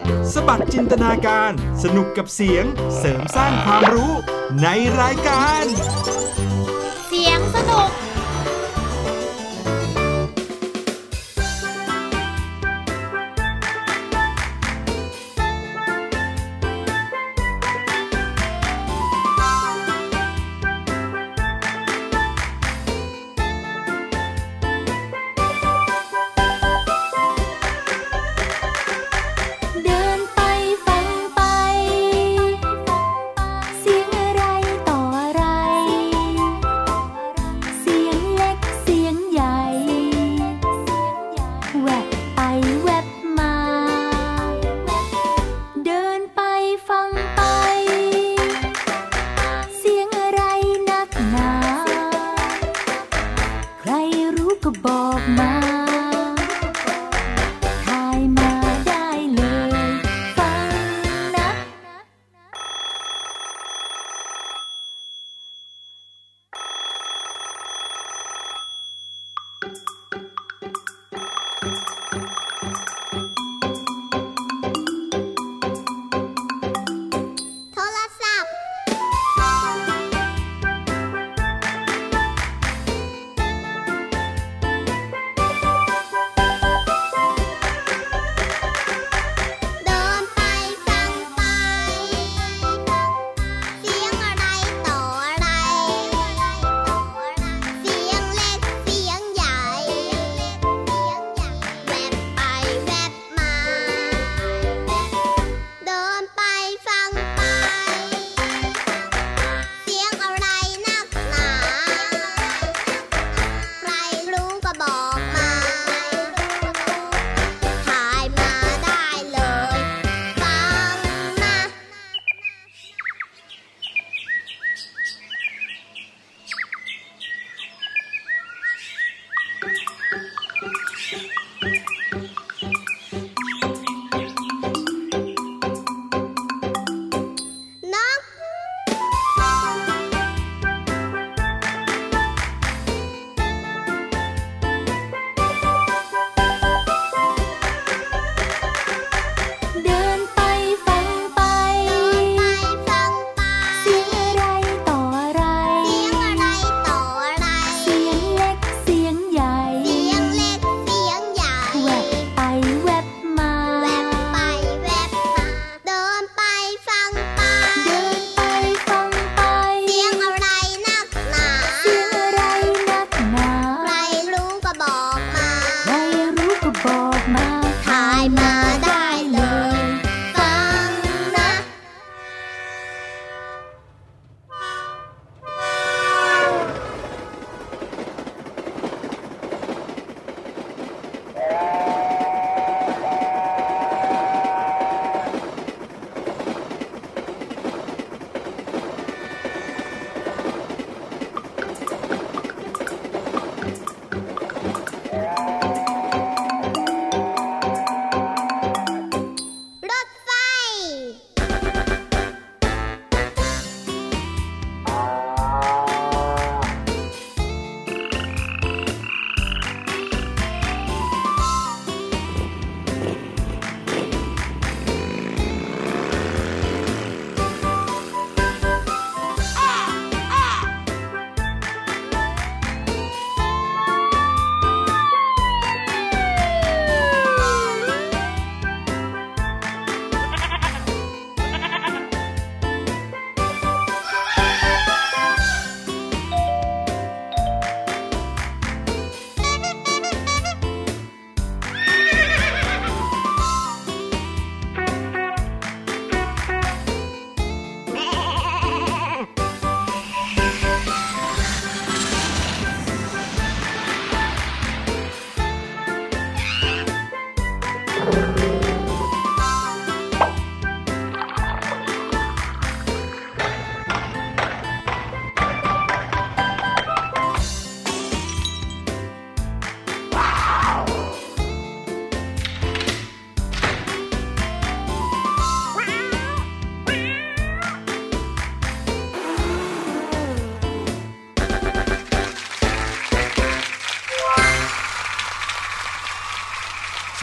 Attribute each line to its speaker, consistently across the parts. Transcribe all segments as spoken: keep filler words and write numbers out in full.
Speaker 1: สบัดจินตนาการสนุกกับเสียงเสริมสร้างความรู้ในรายการ
Speaker 2: เสียงสนุก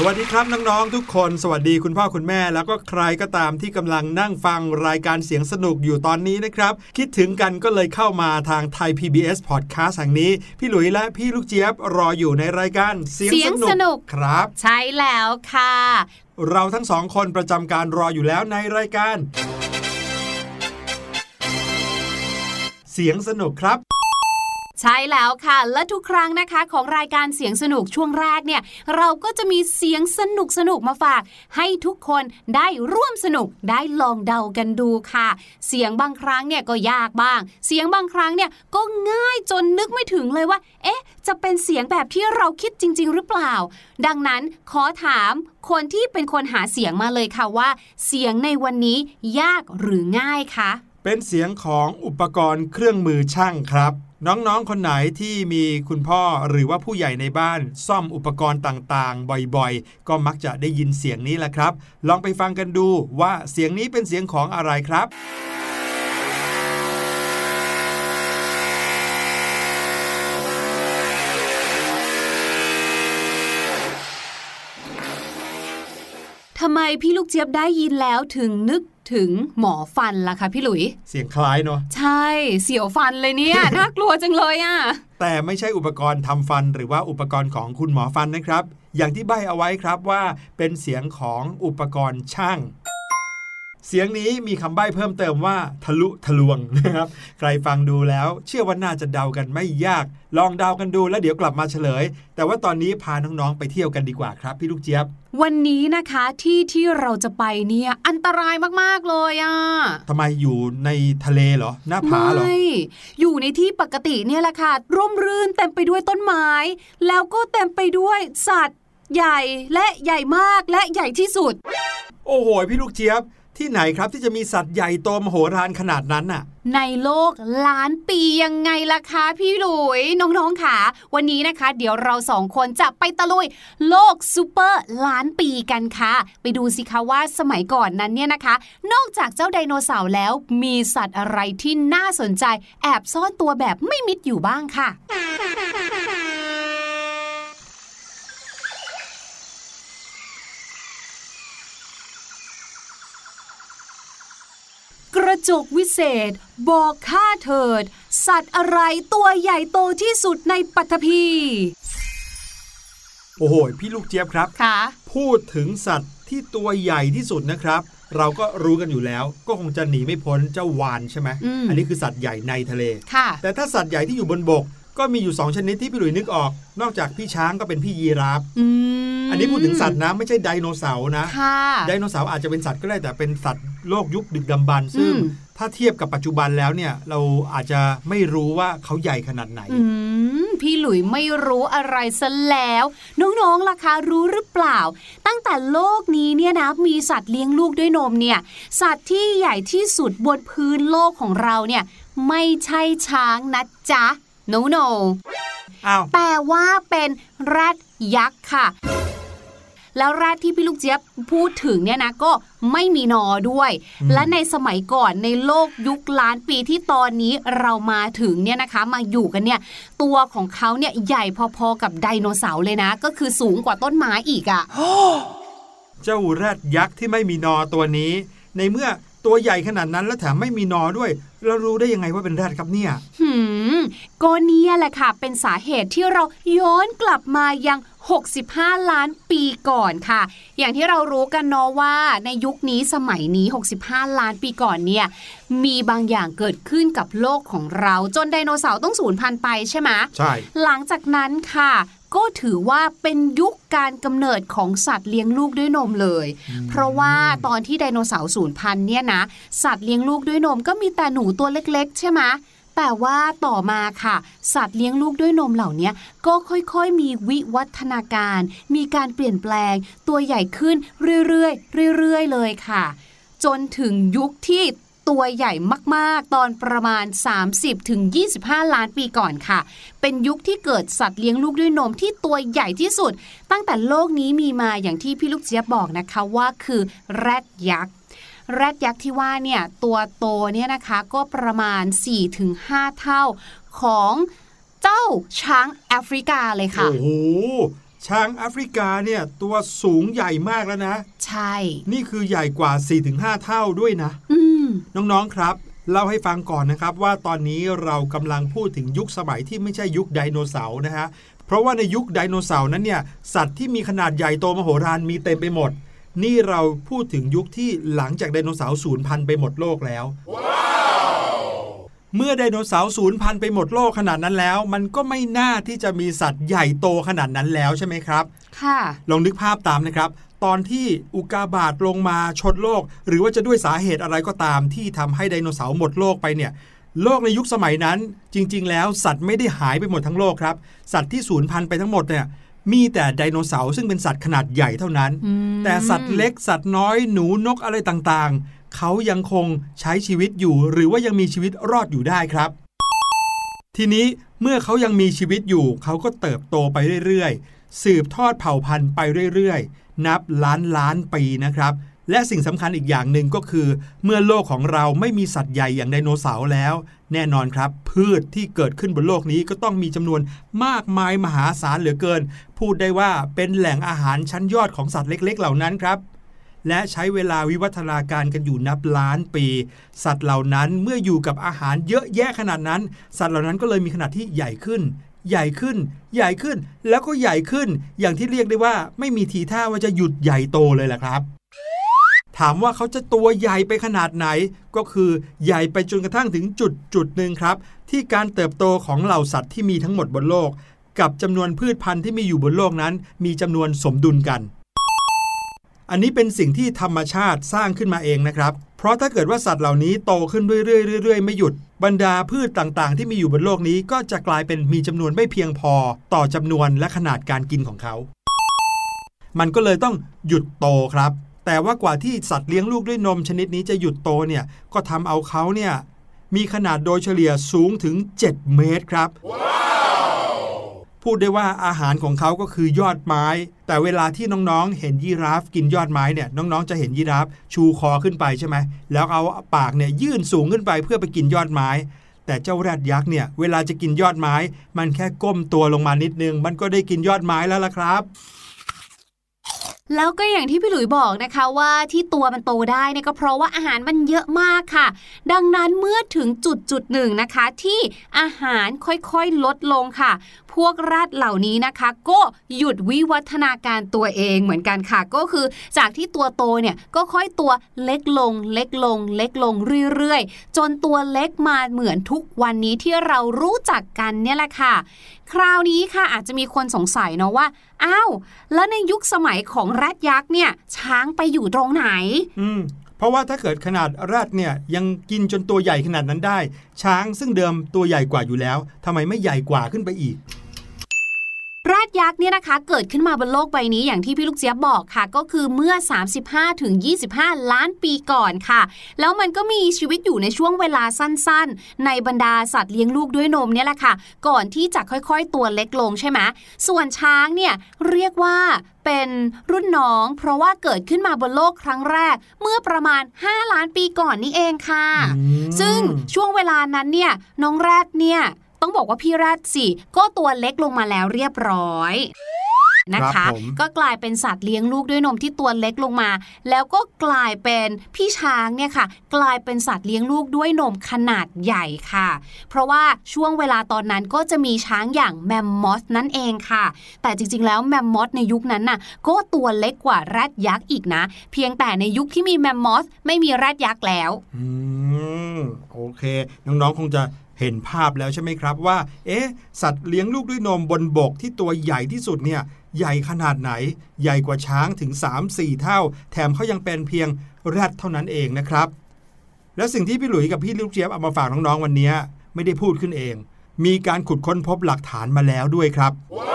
Speaker 1: วัสดีครับน้องๆทุกคนสวัสดีคุณพ่อคุณแม่แล้วก็ใครก็ตามที่กำลังนั่งฟังรายการเสียงสนุกอยู่ตอนนี้นะครับคิดถึงกันก็เลยเข้ามาทางไทย พี บี เอส Podcast แห่งนี้พี่หลุยและพี่ลูกเจี๊ยบรออยู่ในรายการเสียงสนุกครับ
Speaker 2: ใช่แล้วค่ะ
Speaker 1: เราทั้งสองคนประจำการรออยู่แล้วในรายการเสียงสนุกครับ
Speaker 2: ใช่แล้วค่ะและทุกครั้งนะคะของรายการเสียงสนุกช่วงแรกเนี่ยเราก็จะมีเสียงสนุกสนุกมาฝากให้ทุกคนได้ร่วมสนุกได้ลองเดากันดูค่ะเสียงบางครั้งเนี่ยก็ยากบ้างเสียงบางครั้งเนี่ยก็ง่ายจนนึกไม่ถึงเลยว่าเอ๊ะจะเป็นเสียงแบบที่เราคิดจริงๆหรือเปล่าดังนั้นขอถามคนที่เป็นคนหาเสียงมาเลยค่ะว่าเสียงในวันนี้ยากหรือง่ายคะ
Speaker 1: เป็นเสียงของอุปกรณ์เครื่องมือช่างครับน้องๆคนไหนที่มีคุณพ่อหรือว่าผู้ใหญ่ในบ้านซ่อมอุปกรณ์ต่างๆบ่อยๆก็มักจะได้ยินเสียงนี้แหละครับลองไปฟังกันดูว่าเสียงนี้เป็นเสียงของอะไรครับ
Speaker 2: ทำไมพี่ลูกเจี๊ยบได้ยินแล้วถึงนึกถึงหมอฟันล่ะคะพี่หลุย
Speaker 1: เสียงคล้ายเนาะ
Speaker 2: ใช่เสียวฟันเลยเนี่ย น่ากลัวจังเลยอ่ะ
Speaker 1: แต่ไม่ใช่อุปกรณ์ทำฟันหรือว่าอุปกรณ์ของคุณหมอฟันนะครับอย่างที่ใบ้เอาไว้ครับว่าเป็นเสียงของอุปกรณ์ช่างเสียงนี้มีคำใบ้เพิ่มเติมว่าทะลุทะลวงนะครับใครฟังดูแล้วเชื่อว่าน่าจะเดากันไม่ยากลองเดากันดูแล้วเดี๋ยวกลับมาเฉลยแต่ว่าตอนนี้พาน้องๆไปเที่ยวกันดีกว่าครับพี่ลูกเจี๊ยบ
Speaker 2: วันนี้นะคะที่ที่เราจะไปเนี่ยอันตรายมากๆเลยอ่ะ
Speaker 1: ทำไมอยู่ในทะเลเหรอหน้าผาเหรอ
Speaker 2: ไม่อยู่ในที่ปกติเนี่ยแหละค่ะร่มรื่นเต็มไปด้วยต้นไม้แล้วก็เต็มไปด้วยสัตว์ใหญ่และใหญ่มากและใหญ่ที่สุด
Speaker 1: โอ้โหพี่ลูกเจี๊ยบที่ไหนครับที่จะมีสัตว์ใหญ่โตมโหฬารขนาดนั้นน่ะ
Speaker 2: ในโลกล้านปียังไงล่ะคะพี่หลุยน้องๆค่ะวันนี้นะคะเดี๋ยวเราสองคนจะไปตะลุยโลกซูเปอร์ล้านปีกันค่ะไปดูสิคะว่าสมัยก่อนนั้นเนี่ยนะคะนอกจากเจ้าไดโนเสาร์แล้วมีสัตว์อะไรที่น่าสนใจแอบซ่อนตัวแบบไม่มิดอยู่บ้างค่ะกระจกวิเศษบอกข้าเถิดสัตว์อะไรตัวใหญ่โตที่สุดในปฐพี
Speaker 1: โอ้โหพี่ลูกเจี๊ยบครับ
Speaker 2: ค่ะ
Speaker 1: พูดถึงสัตว์ที่ตัวใหญ่ที่สุดนะครับเราก็รู้กันอยู่แล้วก็คงจะหนีไม่พ้นเจ้าวาฬใช่ไหม อ, อันนี้คือสัตว์ใหญ่ในทะเล
Speaker 2: ค่ะ
Speaker 1: แต่ถ้าสัตว์ใหญ่ที่อยู่บนบกก็มีอยู่สองชนิดที่พี่หลุยนึกออกนอกจากพี่ช้างก็เป็นพี่ยีราฟ อ, อันนี้พูดถึงสัตว์นะไม่ใช่ไดโนเสาร์นะไดโนเสาร์อาจจะเป็นสัตว์ก็ได้แต่เป็นสัตว์โลกยุคดึกดำบรรพ์ซึ่งถ้าเทียบกับปัจจุบันแล้วเนี่ยเราอาจจะไม่รู้ว่าเขาใหญ่ขนาดไหน
Speaker 2: พี่หลุยไม่รู้อะไรซะแล้วน้องๆล่ะคะรู้หรือเปล่าตั้งแต่โลกนี้เนี่ยนะมีสัตว์เลี้ยงลูกด้วยนมเนี่ยสัตว์ที่ใหญ่ที่สุดบนพื้นโลกของเราเนี่ยไม่ใช่ช้างนะจ๊ะโนโนแต่ว่าเป็นแรดยักษ์ค่ะแล้วแรดที่พี่ลูกเจี๊ยบพูดถึงเนี่ยนะก็ไม่มีนอด้วยและในสมัยก่อนในโลกยุคล้านปีที่ตอนนี้เรามาถึงเนี่ยนะคะมาอยู่กันเนี่ยตัวของเขาเนี่ยใหญ่พอๆกับไดโนเสาร์เลยนะก็คือสูงกว่าต้นไม้อีกอ่ะ
Speaker 1: เจ้าแรดยักษ์ที่ไม่มีนอตัวนี้ในเมื่อตัวใหญ่ขนาดนั้นแล้วแถมไม่มีนอด้วยเรารู้ได้ยังไงว่าเป็นแรดครับเนี่ย
Speaker 2: หืมก็เนี่ยแหละค่ะเป็นสาเหตุที่เราย้อนกลับมายังหกสิบห้าล้านปีก่อนค่ะอย่างที่เรารู้กันเนาะว่าในยุคนี้สมัยนี้หกสิบห้าล้านปีก่อนเนี่ยมีบางอย่างเกิดขึ้นกับโลกของเราจนไดโนเสาร์ต้องสูญพันธุ์ไปใช่ไหม
Speaker 1: ใช่
Speaker 2: หลังจากนั้นค่ะก็ถือว่าเป็นยุคการกำเนิดของสัตว์เลี้ยงลูกด้วยนมเลยเพราะว่าตอนที่ไดโนเสาร์สูญพันธุ์เนี่ยนะสัตว์เลี้ยงลูกด้วยนมก็มีแต่หนูตัวเล็กๆใช่ไหมแต่ว่าต่อมาค่ะสัตว์เลี้ยงลูกด้วยนมเหล่านี้ก็ค่อยๆมีวิวัฒนาการมีการเปลี่ยนแปลงตัวใหญ่ขึ้นเรื่อยๆเรื่อยๆเลยค่ะจนถึงยุคที่ตัวใหญ่มากๆตอนประมาณ สามสิบถึงยี่สิบห้า ล้านปีก่อนค่ะเป็นยุคที่เกิดสัตว์เลี้ยงลูกด้วยนมที่ตัวใหญ่ที่สุดตั้งแต่โลกนี้มีมาอย่างที่พี่ลูกเจี๊ยบบอกนะคะว่าคือแรดยักษ์แรดยักษ์ที่ว่าเนี่ยตัวโตเนี่ยนะคะก็ประมาณ สี่ถึงห้า เท่าของเจ้าช้างแอฟริกาเลยค่ะ
Speaker 1: โอ้โหช้างแอฟริกาเนี่ยตัวสูงใหญ่มากแล้วนะ
Speaker 2: ใช่
Speaker 1: นี่คือใหญ่กว่า สี่ถึงห้า เท่าด้วยนะ
Speaker 2: อืม
Speaker 1: น้องๆครับเล่าให้ฟังก่อนนะครับว่าตอนนี้เรากำลังพูดถึงยุคสมัยที่ไม่ใช่ยุคไดโนเสาร์นะฮะเพราะว่าในยุคไดโนเสาร์นั้นเนี่ยสัตว์ที่มีขนาดใหญ่โตมโหฬารมีเต็มไปหมดนี่เราพูดถึงยุคที่หลังจากไดโนเสาร์สูญพันธุ์ไปหมดโลกแล้ว wow! เมื่อไดโนเสาร์สูญพันธุ์ไปหมดโลกขนาดนั้นแล้วมันก็ไม่น่าที่จะมีสัตว์ใหญ่โตขนาดนั้นแล้วใช่ไหมครับ
Speaker 2: ค่ะ
Speaker 1: ลองนึกภาพตามนะครับตอนที่อุกกาบาตลงมาชนโลกหรือว่าจะด้วยสาเหตุอะไรก็ตามที่ทำให้ไดโนเสาร์หมดโลกไปเนี่ยโลกในยุคสมัยนั้นจริงๆแล้วสัตว์ไม่ได้หายไปหมดทั้งโลกครับสัตว์ที่สูญพันธุ์ไปทั้งหมดเนี่ยมีแต่ไดโนเสาร์ซึ่งเป็นสัตว์ขนาดใหญ่เท่านั้นแต่สัตว์เล็กสัตว์น้อยหนูนกอะไรต่างๆเขายังคงใช้ชีวิตอยู่หรือว่ายังมีชีวิตรอดอยู่ได้ครับทีนี้เมื่อเขายังมีชีวิตอยู่เขาก็เติบโตไปเรื่อยๆสืบทอดเผ่าพันธุ์ไปเรื่อยๆนับล้านล้านปีนะครับและสิ่งสำคัญอีกอย่างหนึ่งก็คือเมื่อโลกของเราไม่มีสัตว์ใหญ่อย่างไดโนเสาร์แล้วแน่นอนครับพืชที่เกิดขึ้นบนโลกนี้ก็ต้องมีจำนวนมากมายมหาศาลเหลือเกินพูดได้ว่าเป็นแหล่งอาหารชั้นยอดของสัตว์เล็กๆเหล่านั้นครับและใช้เวลาวิวัฒนาการกันอยู่นับล้านปีสัตว์เหล่านั้นเมื่ออยู่กับอาหารเยอะแยะขนาดนั้นสัตว์เหล่านั้นก็เลยมีขนาดที่ใหญ่ขึ้นใหญ่ขึ้นใหญ่ขึ้นแล้วก็ใหญ่ขึ้นอย่างที่เรียกได้ว่าไม่มีทีท่าว่าจะหยุดใหญ่โตเลยล่ะครับถามว่าเขาจะตัวใหญ่ไปขนาดไหนก็คือใหญ่ไปจนกระทั่งถึงจุดจุดหนึ่งครับที่การเติบโตของเหล่าสัตว์ที่มีทั้งหมดบนโลกกับจำนวนพืชพันธุ์ที่มีอยู่บนโลกนั้นมีจำนวนสมดุลกันอันนี้เป็นสิ่งที่ธรรมชาติสร้างขึ้นมาเองนะครับเพราะถ้าเกิดว่าสัตว์เหล่านี้โตขึ้นเรื่อยๆเรื่อยๆไม่หยุดบรรดาพืชต่างๆที่มีอยู่บนโลกนี้ก็จะกลายเป็นมีจำนวนไม่เพียงพอต่อจำนวนและขนาดการกินของเขามันก็เลยต้องหยุดโตครับแต่ว่ากว่าที่สัตว์เลี้ยงลูกด้วยนมชนิดนี้จะหยุดโตเนี่ยก็ทำเอาเขาเนี่ยมีขนาดโดยเฉลี่ยสูงถึงเจ็ดเมตรครับ wow! พูดได้ว่าอาหารของเขาก็คือยอดไม้แต่เวลาที่น้องๆเห็นยีราฟกินยอดไม้เนี่ยน้องๆจะเห็นยีราฟชูคอขึ้นไปใช่ไหมแล้วเอาปากเนี่ยยื่นสูงขึ้นไปเพื่อไปกินยอดไม้แต่เจ้าแรดยักษ์เนี่ยเวลาจะกินยอดไม้มันแค่ก้มตัวลงมานิดนึงมันก็ได้กินยอดไม้แล้วล่ะครับ
Speaker 2: แล้วก็อย่างที่พี่หลุยบอกนะคะว่าที่ตัวมันโตได้เนี่ยก็เพราะว่าอาหารมันเยอะมากค่ะดังนั้นเมื่อถึงจุดจุดหนึ่งนะคะที่อาหารค่อยๆลดลงค่ะพวกแรดเหล่านี้นะคะก็หยุดวิวัฒนาการตัวเองเหมือนกันค่ะก็คือจากที่ตัวโตเนี่ยก็ค่อยตัวเล็กลงเล็กลงเล็กลงเรื่อยๆจนตัวเล็กมาเหมือนทุกวันนี้ที่เรารู้จักกันเนี่ยแหละค่ะคราวนี้ค่ะอาจจะมีคนสงสัยเนาะว่าอ้าวแล้วในยุคสมัยของแรดยักษ์เนี่ยช้างไปอยู่ตรงไหน
Speaker 1: อืมเพราะว่าถ้าเกิดขนาดแรดเนี่ยยังกินจนตัวใหญ่ขนาดนั้นได้ช้างซึ่งเดิมตัวใหญ่กว่าอยู่แล้วทำไมไม่ใหญ่กว่าขึ้นไปอีก
Speaker 2: แรดยักษ์เนี่ยนะคะเกิดขึ้นมาบนโลกใบนี้อย่างที่พี่ลูกเจี๊ยบบอกค่ะก็คือเมื่อ สามสิบห้าถึงยี่สิบห้า ล้านปีก่อนค่ะแล้วมันก็มีชีวิตอยู่ในช่วงเวลาสั้นๆในบรรดาสัตว์เลี้ยงลูกด้วยนมเนี่ยแหละค่ะก่อนที่จะค่อยๆตัวเล็กลงใช่ไหมส่วนช้างเนี่ยเรียกว่าเป็นรุ่นน้องเพราะว่าเกิดขึ้นมาบนโลกครั้งแรกเมื่อประมาณห้าล้านปีก่อนนี่เองค่ะซึ่งช่วงเวลานั้นเนี่ยน้องแรดเนี่ยต้องบอกว่าพี่แรดสิก็ตัวเล็กลงมาแล้วเรียบร้อยนะคะก็กลายเป็นสัตว์เลี้ยงลูกด้วยนมที่ตัวเล็กลงมาแล้วก็กลายเป็นพี่ช้างเนี่ยค่ะกลายเป็นสัตว์เลี้ยงลูกด้วยนมขนาดใหญ่ค่ะเพราะว่าช่วงเวลาตอนนั้นก็จะมีช้างอย่างแมมมอสนั่นเองค่ะแต่จริงๆแล้วแมมมอสในยุคนั้นน่ะก็ตัวเล็กกว่าแรดยักษ์อีกนะเพียงแต่ในยุคที่มีแมมมอสไม่มีแรดยักษ์แล้ว
Speaker 1: อืมโอเคน้องๆคงจะเห็นภาพแล้วใช่ไหมครับว่าเอ๊ะสัตว์เลี้ยงลูกด้วยนมบนบกที่ตัวใหญ่ที่สุดเนี่ยใหญ่ขนาดไหนใหญ่กว่าช้างถึง สามถึงสี่ เท่าแถมเขายังเป็นเพียงแรดเท่านั้นเองนะครับและสิ่งที่พี่หลุยกับพี่ลูกเจี๊ยบเอามาฝากน้องๆวันนี้ไม่ได้พูดขึ้นเองมีการขุดค้นพบหลักฐานมาแล้วด้วยครับ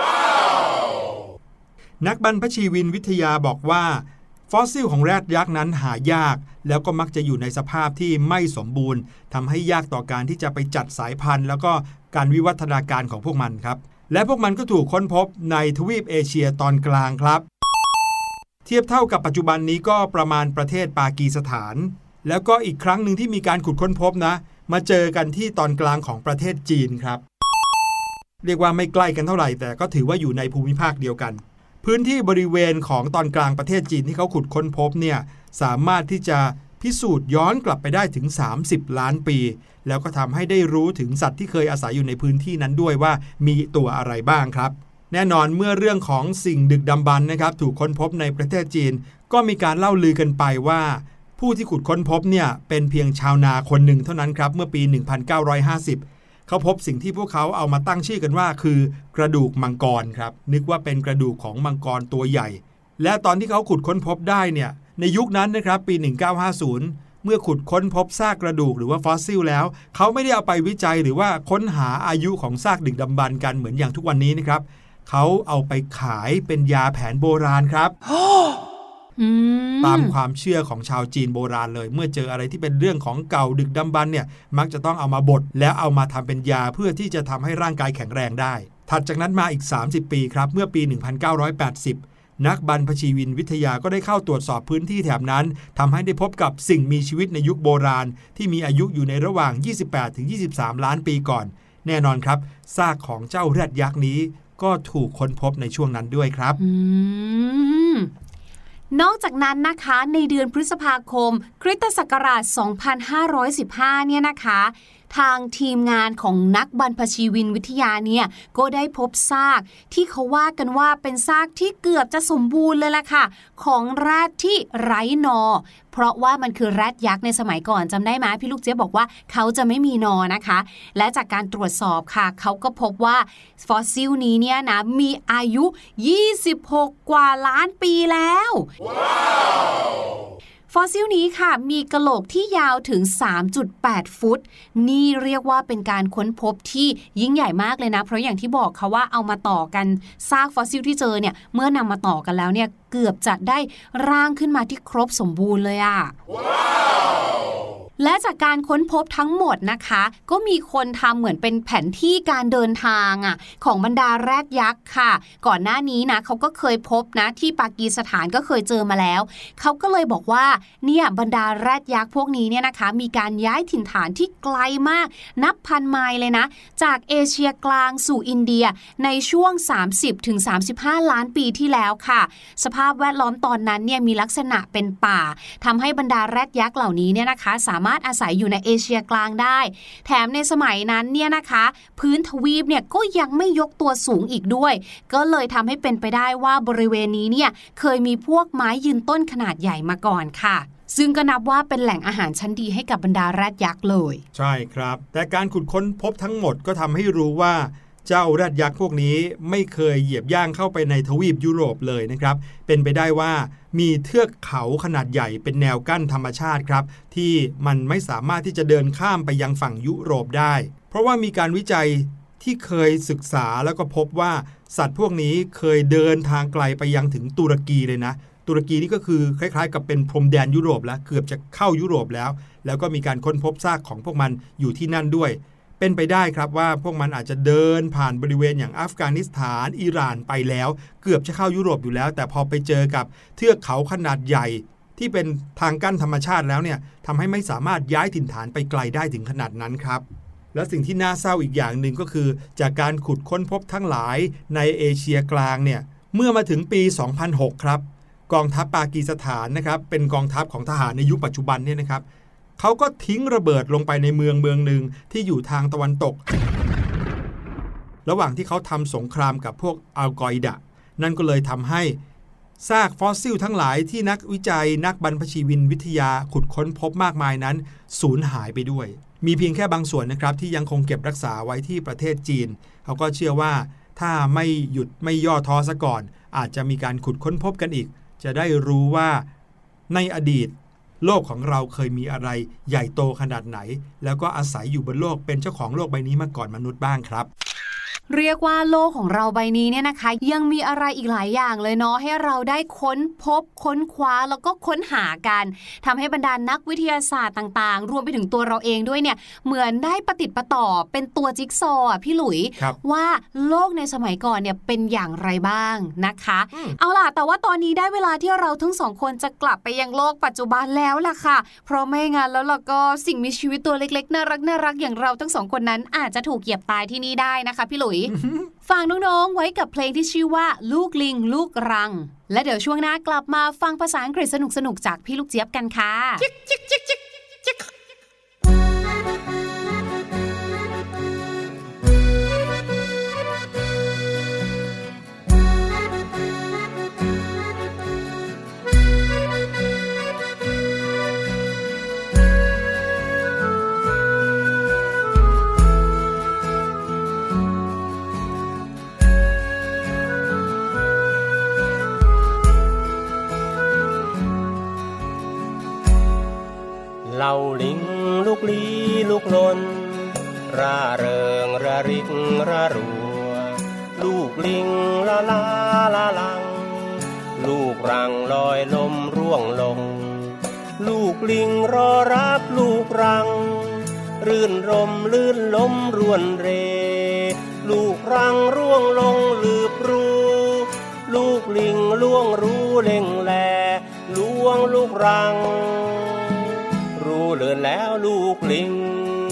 Speaker 1: wow! นักบรรพชีวินวิทยาบอกว่าฟอสซิลของแรดยักษ์นั้นหายากแล้วก็มักจะอยู่ในสภาพที่ไม่สมบูรณ์ทำให้ยากต่อการที่จะไปจัดสายพันธุ์แล้วก็การวิวัฒนาการของพวกมันครับและพวกมันก็ถูกค้นพบในทวีปเอเชียตอนกลางครับเทียบเท่ากับปัจจุบันนี้ก็ประมาณประเทศปากีสถานแล้วก็อีกครั้งหนึ่งที่มีการขุดค้นพบนะมาเจอกันที่ตอนกลางของประเทศจีนครับเรียกว่าไม่ใกล้กันเท่าไหร่แต่ก็ถือว่าอยู่ในภูมิภาคเดียวกันพื้นที่บริเวณของตอนกลางประเทศจีนที่เขาขุดค้นพบเนี่ยสามารถที่จะพิสูจน์ย้อนกลับไปได้ถึงสามสิบล้านปีแล้วก็ทำให้ได้รู้ถึงสัตว์ที่เคยอาศัยอยู่ในพื้นที่นั้นด้วยว่ามีตัวอะไรบ้างครับแน่นอนเมื่อเรื่องของสิ่งดึกดำบรรพ์นะครับถูกค้นพบในประเทศจีนก็มีการเล่าลือกันไปว่าผู้ที่ขุดค้นพบเนี่ยเป็นเพียงชาวนาคนหนึ่งเท่านั้นครับเมื่อปีหนึ่งพันเก้าร้อยห้าสิบเขาพบสิ่งที่พวกเขาเอามาตั้งชื่อกันว่าคือกระดูกมังกรครับนึกว่าเป็นกระดูกของมังกรตัวใหญ่และตอนที่เขาขุดค้นพบได้เนี่ยในยุคนั้นนะครับปีหนึ่งพันเก้าร้อยห้าสิบเมื่อขุดค้นพบซากกระดูกหรือว่าฟอสซิลแล้วเขาไม่ได้เอาไปวิจัยหรือว่าค้นหาอายุของซากดึกดำบรรพ์กันเหมือนอย่างทุกวันนี้นะครับเขาเอาไปขายเป็นยาแผนโบราณครับ ตามความเชื่อของชาวจีนโบราณเลยเมื่อเจออะไรที่เป็นเรื่องของเก่าดึกดำบรรพ์เนี่ยมักจะต้องเอามาบดแล้วเอามาทำเป็นยาเพื่อที่จะทำให้ร่างกายแข็งแรงได้ถัดจากนั้นมาอีกสามสิบปีครับเมื่อปีหนึ่งพันเก้าร้อยแปดสิบนักบรรพชีวินวิทยาก็ได้เข้าตรวจสอบพื้นที่แถบนั้นทำให้ได้พบกับสิ่งมีชีวิตในยุคโบราณที่มีอายุอยู่ในระหว่างยี่สิบแปดถึงยี่สิบสามล้านปีก่อนแน่นอนครับซากของเจ้าแรดยักษ์นี้ก็ถูกค้นพบในช่วงนั้นด้วยครับ
Speaker 2: นอกจากนั้นนะคะในเดือนพฤษภาคมคริสตศักราชสองพันห้าร้อยสิบห้าเนี่ยนะคะทางทีมงานของนักบรรพชีวินวิทยาเนี่ยก็ได้พบซากที่เขาว่ากันว่าเป็นซากที่เกือบจะสมบูรณ์เลยล่ะค่ะของแรดที่ไร้นอเพราะว่ามันคือแรดยักษ์ในสมัยก่อนจำได้ไหมพี่ลูกเจี๊ยบบอกว่าเขาจะไม่มีนอนะคะและจากการตรวจสอบค่ะเขาก็พบว่าฟอสซิลนี้เนี่ยนะมีอายุยี่สิบหกกว่าล้านปีแล้ว wow! ฟอสซิลนี้ค่ะมีกะโหลกที่ยาวถึง สามจุดแปด ฟุตนี่เรียกว่าเป็นการค้นพบที่ยิ่งใหญ่มากเลยนะเพราะอย่างที่บอกค่ะว่าเอามาต่อกันซากฟอสซิลที่เจอเนี่ยเมื่อนำมาต่อกันแล้วเนี่ยเกือบจะได้ร่างขึ้นมาที่ครบสมบูรณ์เลยอ่ะ wow! และจากการค้นพบทั้งหมดนะคะก็มีคนทำเหมือนเป็นแผนที่การเดินทางอ่ะของบรรดาแรดยักษ์ค่ะก่อนหน้านี้นะเขาก็เคยพบนะที่ปากีสถานก็เคยเจอมาแล้วเขาก็เลยบอกว่าเนี่ยบรรดาแรดยักษ์พวกนี้เนี่ยนะคะมีการย้ายถิ่นฐานที่ไกลมากนับพันไมล์เลยนะจากเอเชียกลางสู่อินเดียในช่วง สามสิบถึงสามสิบห้า ล้านปีที่แล้วค่ะสภาพแวดล้อมตอนนั้นเนี่ยมีลักษณะเป็นป่าทำให้บรรดาแรดยักษ์เหล่านี้เนี่ยนะคะสามารถอาศัยอยู่ในเอเชียกลางได้แถมในสมัยนั้นเนี่ยนะคะพื้นทวีปเนี่ยก็ยังไม่ยกตัวสูงอีกด้วยก็เลยทำให้เป็นไปได้ว่าบริเวณนี้เนี่ยเคยมีพวกไม้ยืนต้นขนาดใหญ่มาก่อนค่ะซึ่งก็นับว่าเป็นแหล่งอาหารชั้นดีให้กับบรรดาแรดยักษ์เลย
Speaker 1: ใช่ครับแต่การขุดค้นพบทั้งหมดก็ทำให้รู้ว่าเจ้าแรดยักษ์พวกนี้ไม่เคยเหยียบย่างเข้าไปในทวีปยุโรปเลยนะครับเป็นไปได้ว่ามีเทือกเขาขนาดใหญ่เป็นแนวกั้นธรรมชาติครับที่มันไม่สามารถที่จะเดินข้ามไปยังฝั่งยุโรปได้เพราะว่ามีการวิจัยที่เคยศึกษาแล้วก็พบว่าสัตว์พวกนี้เคยเดินทางไกลไปยังถึงตุรกีเลยนะตุรกีนี่ก็คือคล้ายๆกับเป็นพรมแดนยุโรปแล้วเกือบจะเข้ายุโรปแล้วแล้วก็มีการค้นพบซากของพวกมันอยู่ที่นั่นด้วยเป็นไปได้ครับว่าพวกมันอาจจะเดินผ่านบริเวณอย่างอัฟกานิสถานอิหร่านไปแล้วเกือบจะเข้ายุโรปอยู่แล้วแต่พอไปเจอกับเทือกเขาขนาดใหญ่ที่เป็นทางกั้นธรรมชาติแล้วเนี่ยทำให้ไม่สามารถย้ายถิ่นฐานไปไกลได้ถึงขนาดนั้นครับและสิ่งที่น่าเศร้าอีกอย่างหนึ่งก็คือจากการขุดค้นพบทั้งหลายในเอเชียกลางเนี่ยเมื่อมาถึงปี สองพันหก ครับกองทัพปากีสถานนะครับเป็นกองทัพของทหารในยุคปัจจุบันเนี่ยนะครับเขาก็ทิ้งระเบิดลงไปในเมืองเมืองหนึ่งที่อยู่ทางตะวันตกระหว่างที่เขาทำสงครามกับพวกอัลกออิดะนั่นก็เลยทำให้ซากฟอสซิลทั้งหลายที่นักวิจัยนักบรรพชีวินวิทยาขุดค้นพบมากมายนั้นสูญหายไปด้วยมีเพียงแค่บางส่วนนะครับที่ยังคงเก็บรักษาไว้ที่ประเทศจีนเขาก็เชื่อว่าถ้าไม่หยุดไม่ย่อท้อซะก่อนอาจจะมีการขุดค้นพบกันอีกจะได้รู้ว่าในอดีตโลกของเราเคยมีอะไรใหญ่โตขนาดไหนแล้วก็อาศัยอยู่บนโลกเป็นเจ้าของโลกใบนี้มาก่อนมนุษย์บ้างครับ
Speaker 2: เรียกว่าโลกของเราใบนี้เนี่ยนะคะยังมีอะไรอีกหลายอย่างเลยเนาะให้เราได้ค้นพบค้นคว้าแล้วก็ค้นหากันทำให้บรรดา นักวิทยาศาสตร์ต่างๆรวมไปถึงตัวเราเองด้วยเนี่ยเหมือนได้ประติดประต่อเป็นตัวจิ๊กซอว์พี่หลุยว่าโลกในสมัยก่อนเนี่ยเป็นอย่างไรบ้างนะคะเอาล่ะแต่ว่าตอนนี้ได้เวลาที่เราทั้งสองคนจะกลับไปยังโลกปัจจุบันแล้วล่ะค่ะเพราะไม่งั้นแล้วเราก็สิ่งมีชีวิตตัวเล็กๆน่ารักน่ารักอย่างเราทั้งสองคนนั้นอาจจะถูกเหยียบตายที่นี่ได้นะคะพี่หลุยฝากน้องๆไว้กับเพลงที่ชื่อว่าลูกลิงลูกรังและเดี๋ยวช่วงหน้ากลับมาฟังภาษาอังกฤษสนุกๆจากพี่ลูกเจี๊ยบกันค่ะ
Speaker 3: เล่าลิงลูกลี้ลูกลนร่าเริงระริกระรัวลูกลิงละลาละลังลูกรังลอยลมร่วงลงลูกลิงรอรับลูกรังรื่นรมลื่นล้มรวนเรลูกรังร่วงลงลืบรูลูกลิงล่วงรู้เล็งแลล่วงลูกรังรู้เลือนแล้วลูกลิง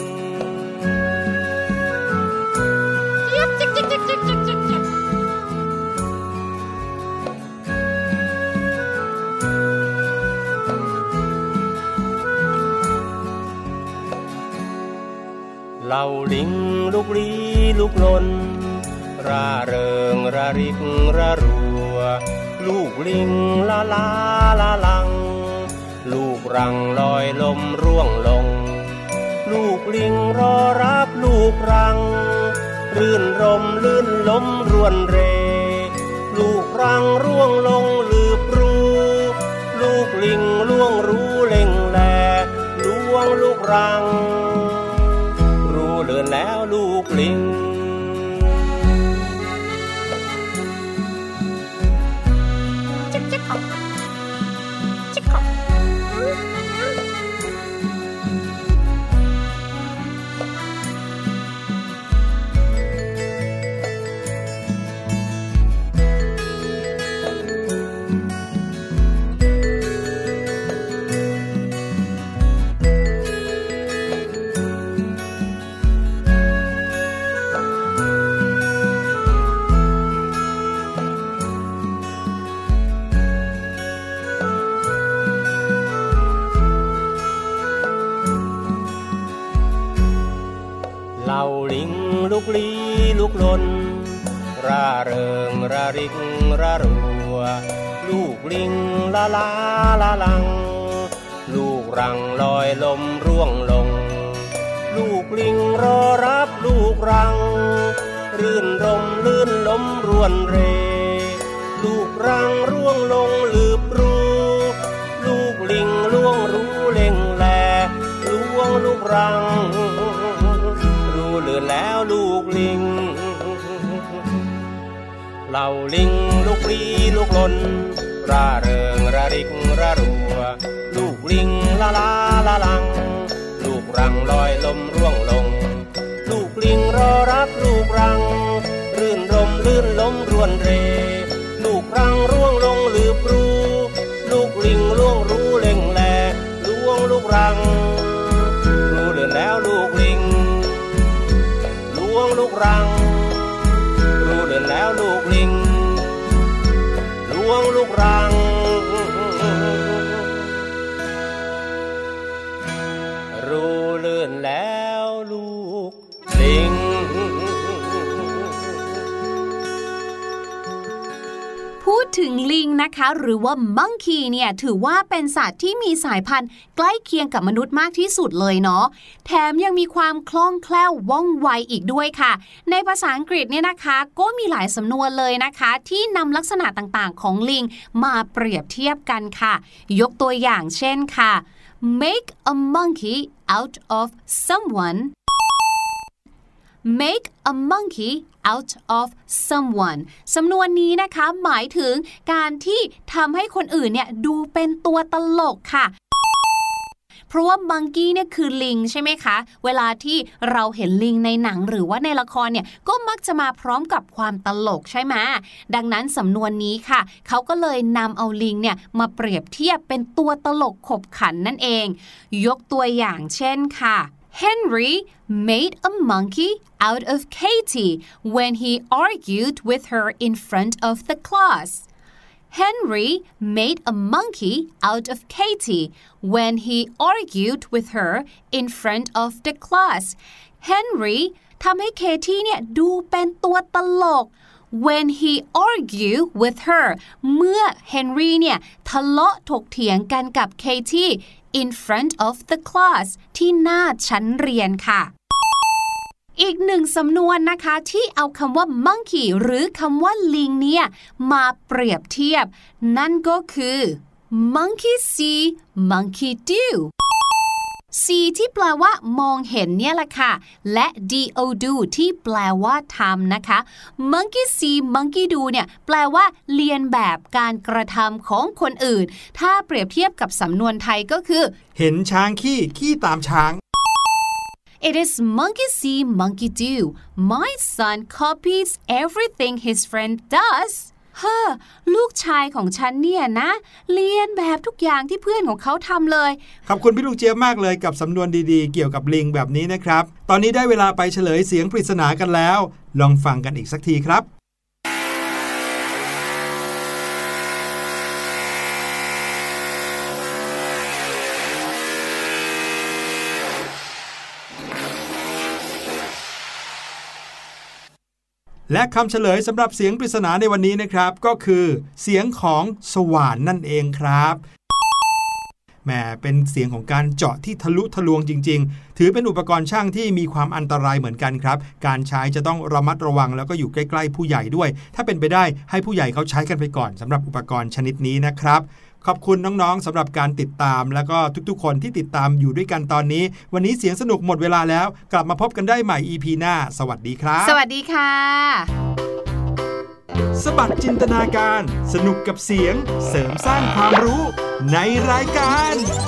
Speaker 3: เล่าลิงลูกลี้ลูกลนร่าเริงระริกระรัวลูกลิงละลาละลังลูกรังลอยลมร่วงลงลูกลิงรอรับลูกรังรื่นรมลื่นล้มรวนเรลูกรังร่วงลงลืบรูลูกลิงล่วงรู้เล็งแลล่วงลูกรังรู้เลือนแล้วลูกลิงลูกลี้ลูกลนร่าเริงระริกระรัวลูกลิงละลาละลังลูกรังลอยลมร่วงลงลูกลิงรอรับลูกรังรื่นรมลื่นล้มรวนเรลูกรังร่วงลงลืบรูลูกลิงล่วงรู้เล็งแลล่วงลูกรังรู้เลือนแล้วลูกลิงเหล่าลิงลูกลี้ลูกลนร่าเริงระริกระรัวลูกลิงละลาละลังลูกรังลอยลมร่วงลงลูกลิงรอรับลูกรังรื่นรมลื่นล้มรวนเรลูกรังร่วงลงลืบรูลูกลิงล่วงรู้เล็งแลล่วงลูกรังรู้เลือนแล้วลูกลิงล่วงลูกรังรู้เลือนแล้วลูกลิงล่วงลูกรังรู้เลือนแล้วลูกลิง
Speaker 2: พูดถึงลิงนะคะหรือว่ามังคีเนี่ยถือว่าเป็นสัตว์ที่มีสายพันธุ์ใกล้เคียงกับมนุษย์มากที่สุดเลยเนาะแถมยังมีความคล่องแคล่วว่องไวอีกด้วยค่ะในภาษาอังกฤษเนี่ยนะคะก็มีหลายสำนวนเลยนะคะที่นำลักษณะต่างๆของลิงมาเปรียบเทียบกันค่ะยกตัวอย่างเช่นค่ะ make a monkey out of someone make a monkey out of someone สำนวนนี้นะคะหมายถึงการที่ทำให้คนอื่นเนี่ยดูเป็นตัวตลกค่ะเพราะว่ามังกี้เนี่ยคือลิงใช่ไหมคะเวลาที่เราเห็นลิงในหนังหรือว่าในละครเนี่ยก็มักจะมาพร้อมกับความตลกใช่ไหมดังนั้นสำนวนนี้ค่ะเขาก็เลยนำเอาลิงเนี่ยมาเปรียบเทียบเป็นตัวตลกขบขันนั่นเองยกตัวอย่างเช่นค่ะ Henry made a monkey out of Katie when he argued with her in front of the class. Henry made a monkey out of Katie when he argued with her in front of the class. Henry ทำให้เคที่เนี่ยดูเป็นตัวตลก when he argued with her เมื่อเฮนรี่เนี่ยทะเลาะถกเถียงกันกับเคที่ in front of the class ที่หน้าชั้นเรียนค่ะอีกหนึ่งสำนวนนะคะที่เอาคำว่า monkey หรือคำว่าลิงเนี่ยมาเปรียบเทียบนั่นก็คือ monkey see monkey do see ที่แปลว่ามองเห็นเนี่ยแหละค่ะและ do do ที่แปลว่าทำนะคะ monkey see monkey do เนี่ยแปลว่าเลียนแบบการกระทำของคนอื่นถ้าเปรียบเทียบกับสำนวนไทยก็คือ
Speaker 1: เห็นช้างขี้ขี้ตามช้าง
Speaker 2: It is monkey see, monkey do. My son copies everything his friend does. เฮ้อลูกชายของฉันเนี่ยนะเลียนแบบทุกอย่างที่เพื่อนของเขาทำเลย
Speaker 1: ขอบคุณพี่ลูกเจี๊ยบมากเลยกับสำนวนดีๆเกี่ยวกับลิงแบบนี้นะครับตอนนี้ได้เวลาไปเฉลยเสียงปริศนากันแล้วลองฟังกันอีกสักทีครับและคำเฉลยสำหรับเสียงปริศนาในวันนี้นะครับก็คือเสียงของสว่านนั่นเองครับแหมเป็นเสียงของการเจาะที่ทะลุทะลวงจริงๆถือเป็นอุปกรณ์ช่างที่มีความอันตรายเหมือนกันครับการใช้จะต้องระมัดระวังแล้วก็อยู่ใกล้ๆผู้ใหญ่ด้วยถ้าเป็นไปได้ให้ผู้ใหญ่เขาใช้กันไปก่อนสำหรับอุปกรณ์ชนิดนี้นะครับขอบคุณน้องๆสำหรับการติดตามแล้วก็ทุกๆคนที่ติดตามอยู่ด้วยกันตอนนี้วันนี้เสียงสนุกหมดเวลาแล้วกลับมาพบกันได้ใหม่ อี พี หน้าสวัสดีครับ
Speaker 2: สวัสดีค่ะ
Speaker 1: สบัดจินตนาการสนุกกับเสียงเสริมสร้างความรู้ในรายการ